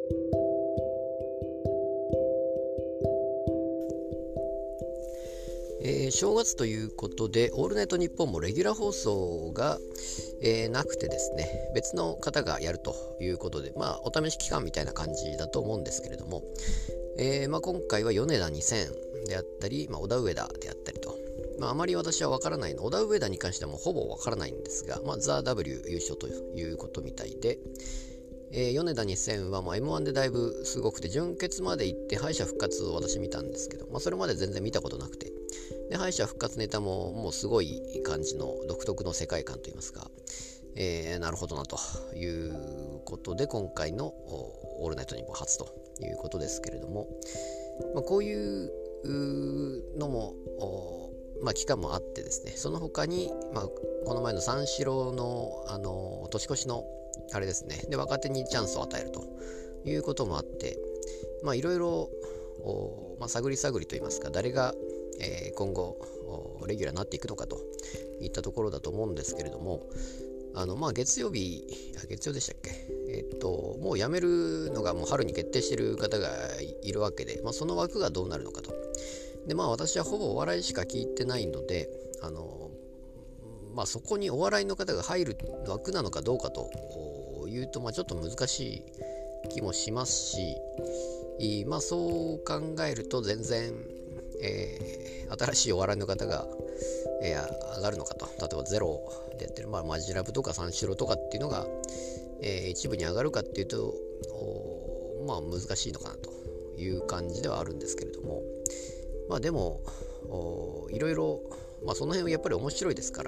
正月ということでオールナイトニッポンもレギュラー放送が、なくてですね、別の方がやるということで、お試し期間みたいな感じだと思うんですけれども、今回は米田2000であったり、小田上田であったりと、あまり私は分からないの、小田上田に関してはもうほぼ分からないんですが、ザ・ W 優勝ということみたいで、米田2000はM1 でだいぶすごくて、準決まで行って敗者復活を私見たんですけど、それまで全然見たことなくて、で敗者復活ネタももうすごい感じの独特の世界観といいますか、なるほどなということで、今回のオールナイトニッポン初ということですけれども、こういうのも期間もあってですね、その他に、この前の三四郎の年越しのあれですね、で若手にチャンスを与えるということもあって、いろいろ探り探りといいますか、誰が、今後レギュラーになっていくのかといったところだと思うんですけれども、月曜でしたっけ、もう辞めるのがもう春に決定している方がいるわけで、その枠がどうなるのかと。で私はほぼお笑いしか聞いてないので、そこにお笑いの方が入る枠なのかどうかというと、ちょっと難しい気もしますし、そう考えると全然、新しいお笑いの方が、上がるのかと。例えばゼロでやってる、マジラブとか三四郎とかっていうのが、一部に上がるかっていうと難しいのかなという感じではあるんですけれども、でもいろいろ、その辺はやっぱり面白いですから、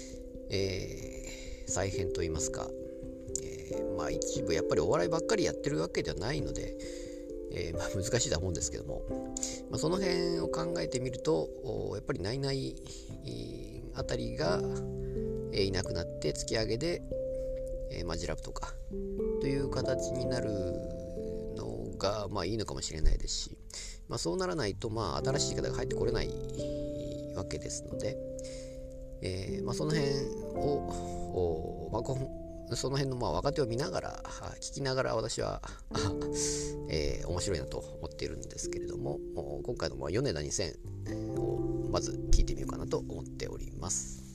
再編といいますか、一部やっぱりお笑いばっかりやってるわけではないので、難しいとは思うんですけども、その辺を考えてみると、やっぱりナイナイあたりが、いなくなって突き上げで、マジラブとかという形になるのがいいのかもしれないですし、そうならないと新しい方が入ってこれないわけですので、その辺をその辺の若手を見ながら聞きながら私は面白いなと思っているんですけれども、今回の米田2000をまず聞いてみようかなと思っております。